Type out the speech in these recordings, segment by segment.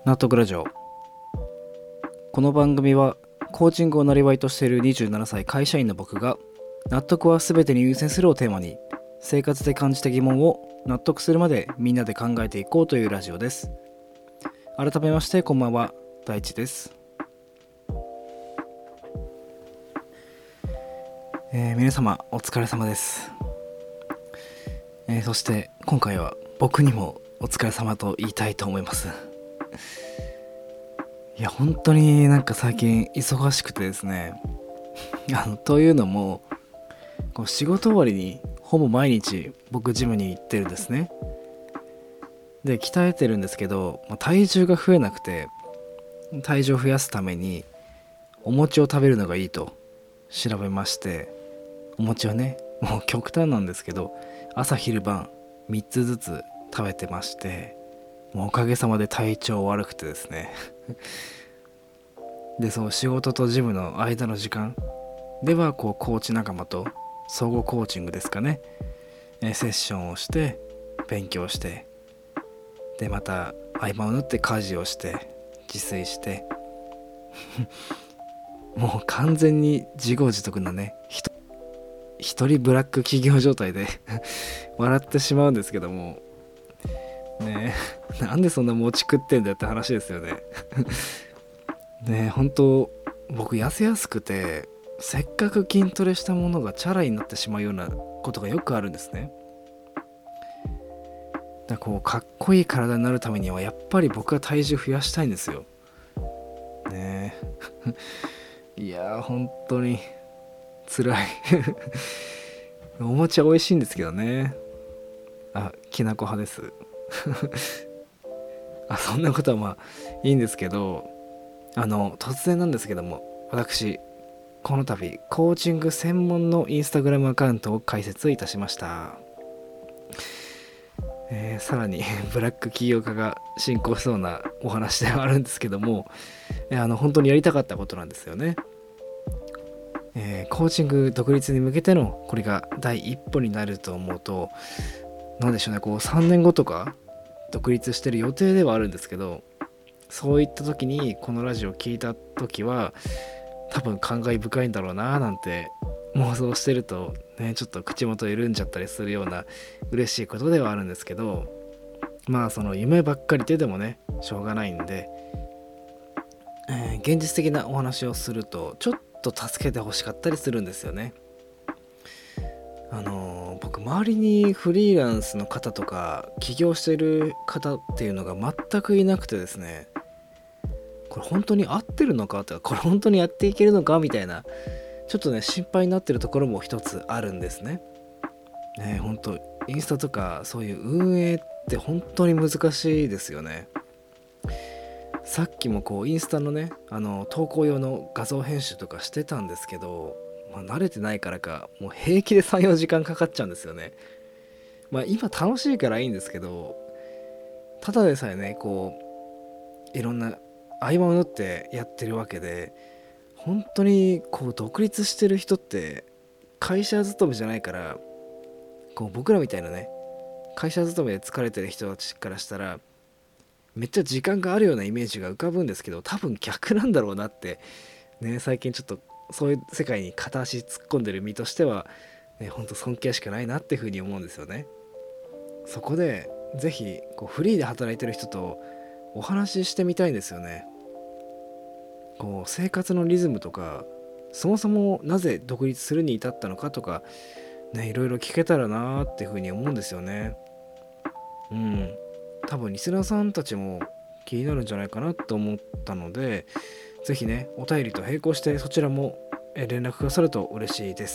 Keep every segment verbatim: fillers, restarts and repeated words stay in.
納得ラジオ。この番組はコーチングをなりわいとしているにじゅうななさい会社員の僕が、納得は全てに優先するをテーマに、生活で感じた疑問を納得するまでみんなで考えていこうというラジオです。改めましてこんばんは、大地です。えー、皆様お疲れ様です。えー、そして今回は僕にもお疲れ様と言いたいと思います。いや本当になんか最近忙しくてですねあのというのもこう仕事終わりにほぼ毎日僕ジムに行ってるんですね。で鍛えてるんですけど、まあ、体重が増えなくて、体重を増やすためにお餅を食べるのがいいと調べまして、お餅はねもう極端なんですけど朝昼晩みっつずつ食べてまして、もうおかげさまで体調悪くてですねでそう仕事とジムの間の時間ではこうコーチ仲間と相互コーチングですかね、えセッションをして勉強して、でまた合間を縫って家事をして自炊してもう完全に自業自得なね一人ブラック企業状態で笑ってしまうんですけどもねえ、なんでそんな餅食ってんだよって話ですよねねえ、本当僕痩せやすくて、せっかく筋トレしたものがチャラになってしまうようなことがよくあるんですね。だからこうかっこいい体になるためにはやっぱり僕は体重増やしたいんですよねえいやー本当に辛いお餅は美味しいんですけどね。あ、きなこ派ですあ、そんなことはまあいいんですけど、あの突然なんですけども、私この度コーチング専門のインスタグラムアカウントを開設いたしました。えー、さらにブラック起業家が進行しそうなお話ではあるんですけども、えー、あの本当にやりたかったことなんですよね。えー、コーチング独立に向けてのこれが第一歩になると思うと、なんでしょうね、こうさんねんごとか独立してる予定ではあるんですけど、そういった時にこのラジオを聞いた時は多分感慨深いんだろうななんて妄想してるとね、ちょっと口元緩んじゃったりするような嬉しいことではあるんですけど、まあその夢ばっかりででもねしょうがないんで、えー、現実的なお話をするとちょっと助けてほしかったりするんですよね。あのー、僕周りにフリーランスの方とか起業してる方っていうのが全くいなくてですね、これ本当に合ってるのかとか、これ本当にやっていけるのかみたいな、ちょっとね心配になってるところも一つあるんですね。ね、本当インスタとかそういう運営って本当に難しいですよね。さっきもこうインスタのねあの投稿用の画像編集とかしてたんですけど、まあ、慣れてないからかもう平気でさんよじかんかかっちゃうんですよね。まあ今楽しいからいいんですけど、ただでさえねこういろんな合間を縫ってやってるわけで、本当にこう独立してる人って会社勤めじゃないから、こう僕らみたいなね会社勤めで疲れてる人たちからしたらめっちゃ時間があるようなイメージが浮かぶんですけど、多分逆なんだろうなってね、最近ちょっとそういう世界に片足突っ込んでる身としては、ね、ほんと尊敬しかないなっていうふうに思うんですよね。そこでぜひこうフリーで働いてる人とお話ししてみたいんですよね。こう生活のリズムとか、そもそもなぜ独立するに至ったのかとかね、いろいろ聞けたらなーっていうふうに思うんですよね。うん、多分リスナーさんたちも気になるんじゃないかなと思ったので、ぜひねお便りと並行してそちらも連絡くださると嬉しいです。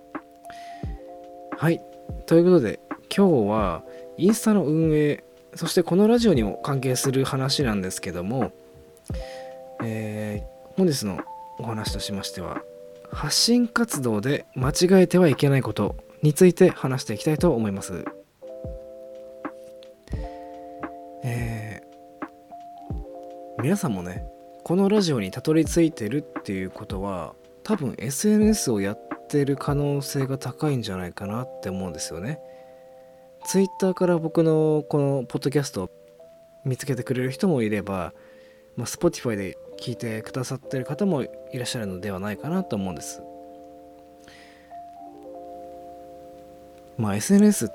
はい、ということで今日はインスタの運営、そしてこのラジオにも関係する話なんですけども、えー、本日のお話としましては、発信活動で間違えてはいけないことについて話していきたいと思います。えー、皆さんもねこのラジオにたどり着いてるっていうことは多分 エスエヌエス をやってる可能性が高いんじゃないかなって思うんですよね。 Twitter から僕のこのポッドキャストを見つけてくれる人もいれば、まあ、Spotify で聞いてくださってる方もいらっしゃるのではないかなと思うんです。まあ エスエヌエス って、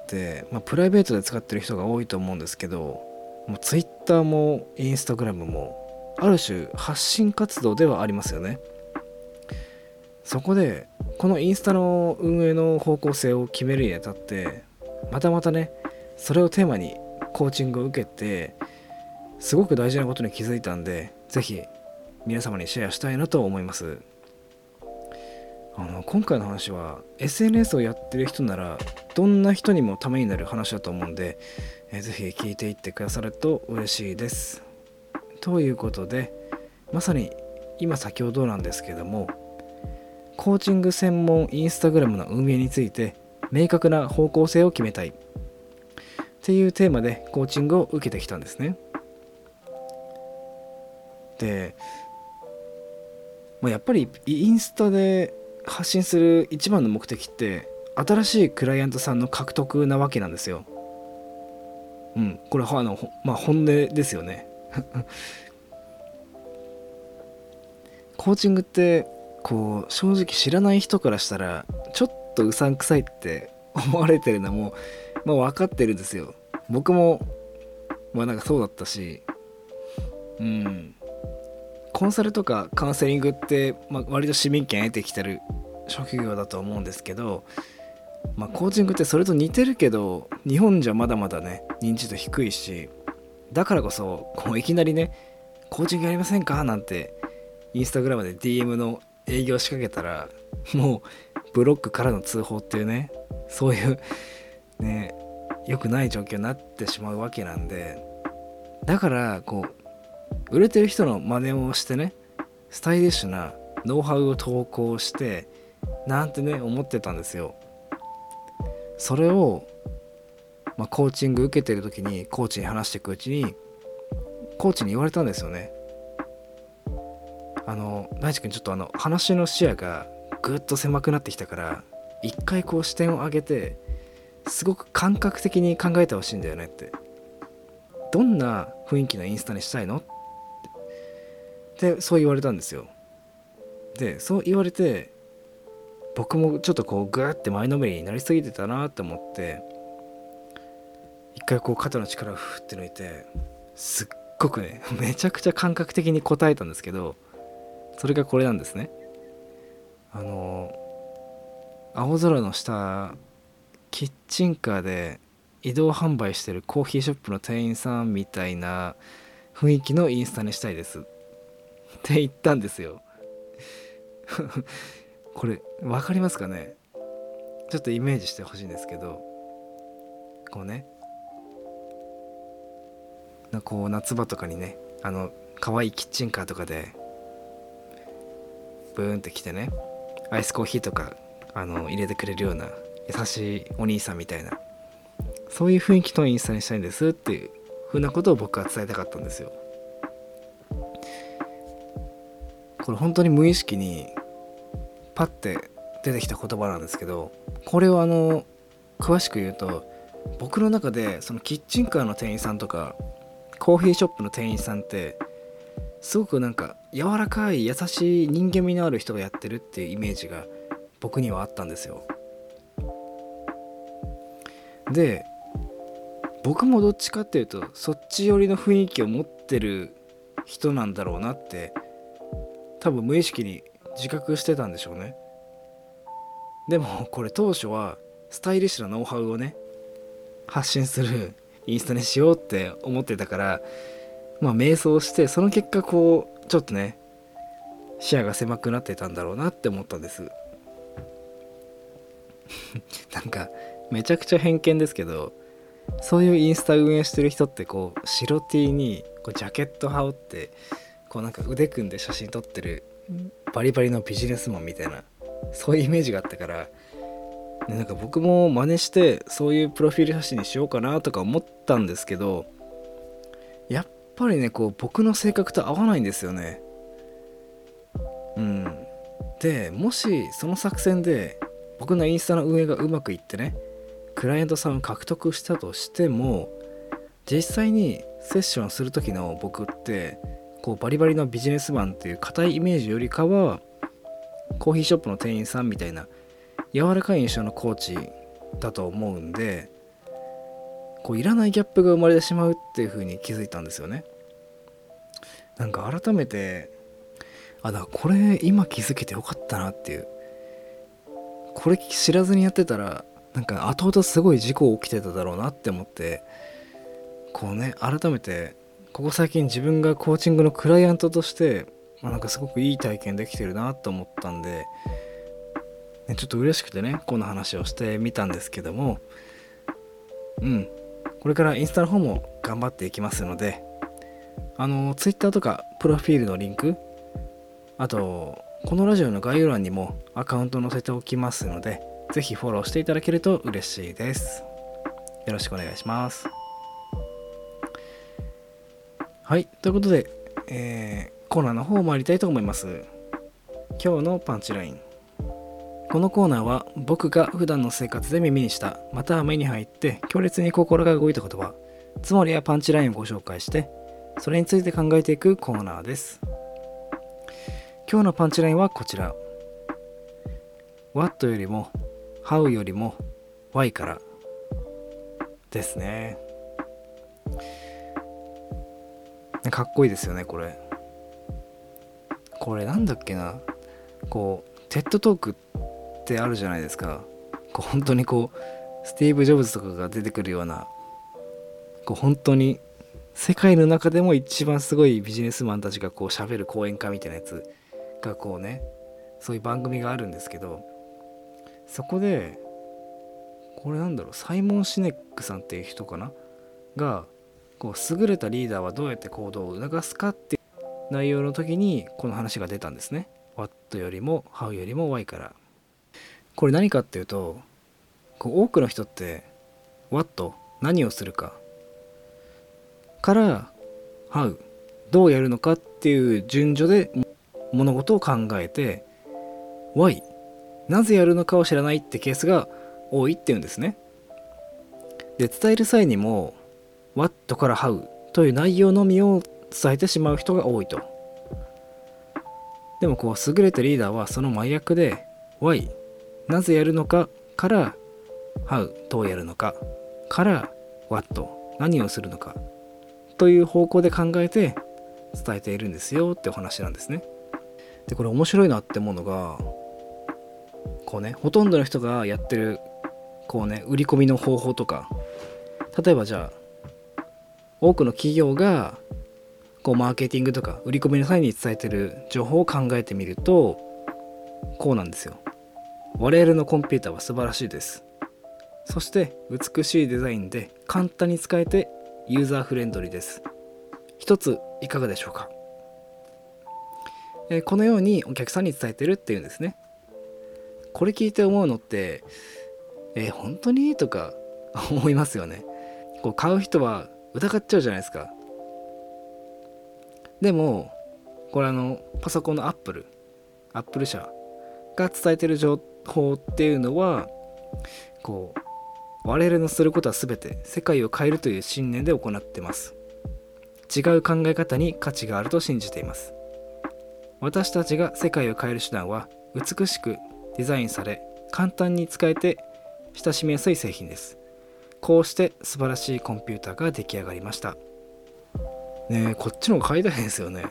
まあ、プライベートで使ってる人が多いと思うんですけど、もう Twitter も Instagram もある種発信活動ではありますよね。そこでこのインスタの運営の方向性を決めるにあたって、またまたねそれをテーマにコーチングを受けて、すごく大事なことに気づいたんで、ぜひ皆様にシェアしたいなと思います。あの今回の話は エスエヌエス をやってる人ならどんな人にもためになる話だと思うんで、えー、ぜひ聞いていってくださると嬉しいです。ということで、まさに今先ほどなんですけども、コーチング専門インスタグラムの運営について明確な方向性を決めたいっていうテーマでコーチングを受けてきたんですね。で、まあ、やっぱりインスタで発信する一番の目的って新しいクライアントさんの獲得なわけなんですよ。うん、これはあの、まあ、本音ですよね。コーチングってこう正直知らない人からしたらちょっとうさんくさいって思われてるのも、まあ、分かってるんですよ。僕もまあなんかそうだったし、うん、コンサルとかカウンセリングって、まあ、割と市民権得てきてる職業だと思うんですけど、まあ、コーチングってそれと似てるけど日本じゃまだまだね認知度低いし、だからこそこういきなりねコーチングやりませんかなんてインスタグラムで ディーエム の営業仕掛けたらもうブロックからの通報っていうね、そういうね良くない状況になってしまうわけなんで、だからこう売れてる人の真似をしてね、スタイリッシュなノウハウを投稿してなんてね思ってたんですよ。それを、まあ、コーチング受けてる時にコーチに話していくうちにコーチに言われたんですよね。あの大地君ちょっとあの話の視野がぐっと狭くなってきたから一回こう視点を上げてすごく感覚的に考えてほしいんだよねって、どんな雰囲気のインスタにしたいのってそう言われたんですよ。でそう言われて僕もちょっとこうグーって前のめりになりすぎてたなと思って、一回こう肩の力をふって抜いてすっごくねめちゃくちゃ感覚的に答えたんですけど、それがこれなんですね。あの青空の下キッチンカーで移動販売してるコーヒーショップの店員さんみたいな雰囲気のインスタにしたいですって言ったんですよ。これ分かりますかね。ちょっとイメージしてほしいんですけど、こうねこう夏場とかにねあの可愛いキッチンカーとかでブーンって来てねアイスコーヒーとかあの入れてくれるような優しいお兄さんみたいな、そういう雰囲気のインスタにしたいんですっていう風なことを僕は伝えたかったんですよ。これ本当に無意識にパッて出てきた言葉なんですけど、これをあの詳しく言うと、僕の中でそのキッチンカーの店員さんとかコーヒーショップの店員さんってすごくなんか柔らかい優しい人間味のある人がやってるっていうイメージが僕にはあったんですよ。で僕もどっちかっていうとそっち寄りの雰囲気を持ってる人なんだろうなって多分無意識に自覚してたんでしょうね。でもこれ当初はスタイリッシュなノウハウをね発信するインスタにしようって思ってたから、まあ迷走してその結果こうちょっとね視野が狭くなってたんだろうなって思ったんです。なんかめちゃくちゃ偏見ですけど、そういうインスタ運営してる人ってこう白 T にこうジャケット羽織ってこうなんか腕組んで写真撮ってるバリバリのビジネスマンみたいな、そういうイメージがあったから、でなんか僕も真似してそういうプロフィール写真にしようかなとか思ったんですけど、やっぱりねこう僕の性格と合わないんですよね。うんでもしその作戦で僕のインスタの運営がうまくいってねクライアントさんを獲得したとしても、 実際にセッションする時の僕ってこうバリバリのビジネスマンっていう硬いイメージよりかはコーヒーショップの店員さんみたいな柔らかい印象のコーチだと思うんで、こういらないギャップが生まれてしまうっていう風に気づいたんですよね。なんか改めてあだからこれ今気づけてよかったなっていう、これ知らずにやってたらなんか後々すごい事故起きてただろうなって思って、こうね改めてここ最近自分がコーチングのクライアントとして、まあ、なんかすごくいい体験できてるなと思ったんで、ね、ちょっと嬉しくてねこの話をしてみたんですけども、うんこれからインスタの方も頑張っていきますので、あのツイッターとかプロフィールのリンク、あとこのラジオの概要欄にもアカウント載せておきますので、ぜひフォローしていただけると嬉しいです。よろしくお願いします。はい、ということで、えー、コーナーの方を参りたいと思います。今日のパンチライン。このコーナーは僕が普段の生活で耳にしたまたは目に入って強烈に心が動いた言葉、つまりはパンチラインをご紹介してそれについて考えていくコーナーです。今日のパンチラインはこちら。 What よりも How よりも Why からですね。かっこいいですよねこれ。これなんだっけな、こうテッドトークってあるじゃないですか。こう本当にこうスティーブ・ジョブズとかが出てくるような、こう本当に世界の中でも一番すごいビジネスマンたちがこう喋る講演会みたいなやつがこうね、そういう番組があるんですけど、そこでこれなんだろう、サイモン・シネックさんっていう人かながこう優れたリーダーはどうやって行動を促すかっていう内容の時にこの話が出たんですね。 What よりも How よりも Why から。これ何かっていうと、こう多くの人って What 何をするかから How どうやるのかっていう順序で物事を考えて Why なぜやるのかを知らないってケースが多いっていうんですね。で伝える際にも What から How という内容のみを伝えてしまう人が多いと。でもこう優れたリーダーはその真逆で Why なぜやるのかから How どうやるのかから What 何をするのかという方向で考えて伝えているんですよってお話なんですね。でこれ面白いなって思うのが、こうねほとんどの人がやってるこうね売り込みの方法とか、例えばじゃあ多くの企業がこうマーケティングとか売り込みの際に伝えてる情報を考えてみるとこうなんですよ。我々のコンピューターは素晴らしいです。そして美しいデザインで簡単に使えてユーザーフレンドリーです。一ついかがでしょうか。えー、このようにお客さんに伝えてるっていうんですね。これ聞いて思うのってえー、本当にとか思いますよね。こう買う人は疑っちゃうじゃないですか。でもこれあのパソコンのアップルアップル社が伝えてる情報っていうのはこう我々のすることは全て世界を変えるという信念で行っています。違う考え方に価値があると信じています。私たちが世界を変える手段は美しくデザインされ簡単に使えて親しみやすい製品です。こうして素晴らしいコンピューターが出来上がりました。ねえこっちの方が買いたいですよね。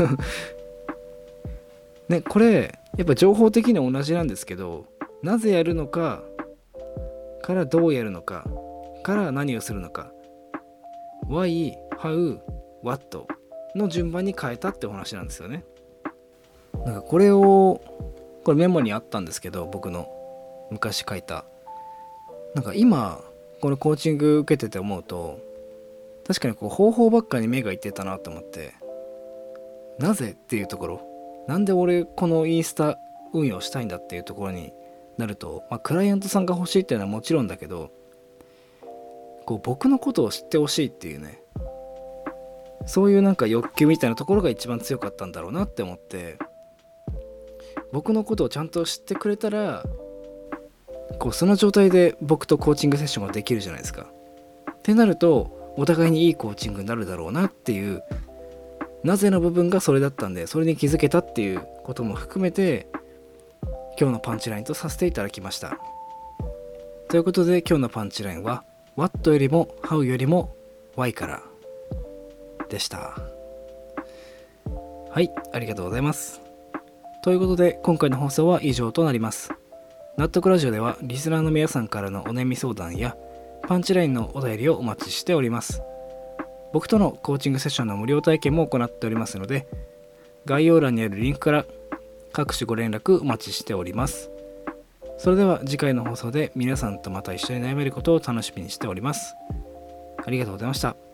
ねこれやっぱ情報的に同じなんですけど、なぜやるのかからどうやるのかから何をするのか Why, How, What の順番に変えたってお話なんですよね。なんかこれをこれメモにあったんですけど、僕の昔書いたなんか今このコーチング受けてて思うと確かにこう方法ばっかりに目がいってたなと思って、なぜっていうところ、なんで俺このインスタ運用したいんだっていうところになると、まあ、クライアントさんが欲しいっていうのはもちろんだけど、こう僕のことを知ってほしいっていうね、そういうなんか欲求みたいなところが一番強かったんだろうなって思って、僕のことをちゃんと知ってくれたらこうその状態で僕とコーチングセッションができるじゃないですか。ってなるとお互いにいいコーチングになるだろうなっていう、なぜの部分がそれだったんで、それに気づけたっていうことも含めて今日のパンチラインとさせていただきました。ということで今日のパンチラインは What よりも How よりも Why からでした。はい、ありがとうございます。ということで今回の放送は以上となります。納得ラジオではリスナーの皆さんからのお悩み相談やパンチラインのお便りをお待ちしております。僕とのコーチングセッションの無料体験も行っておりますので、概要欄にあるリンクから各種ご連絡お待ちしております。それでは次回の放送で皆さんとまた一緒に悩めることを楽しみにしております。ありがとうございました。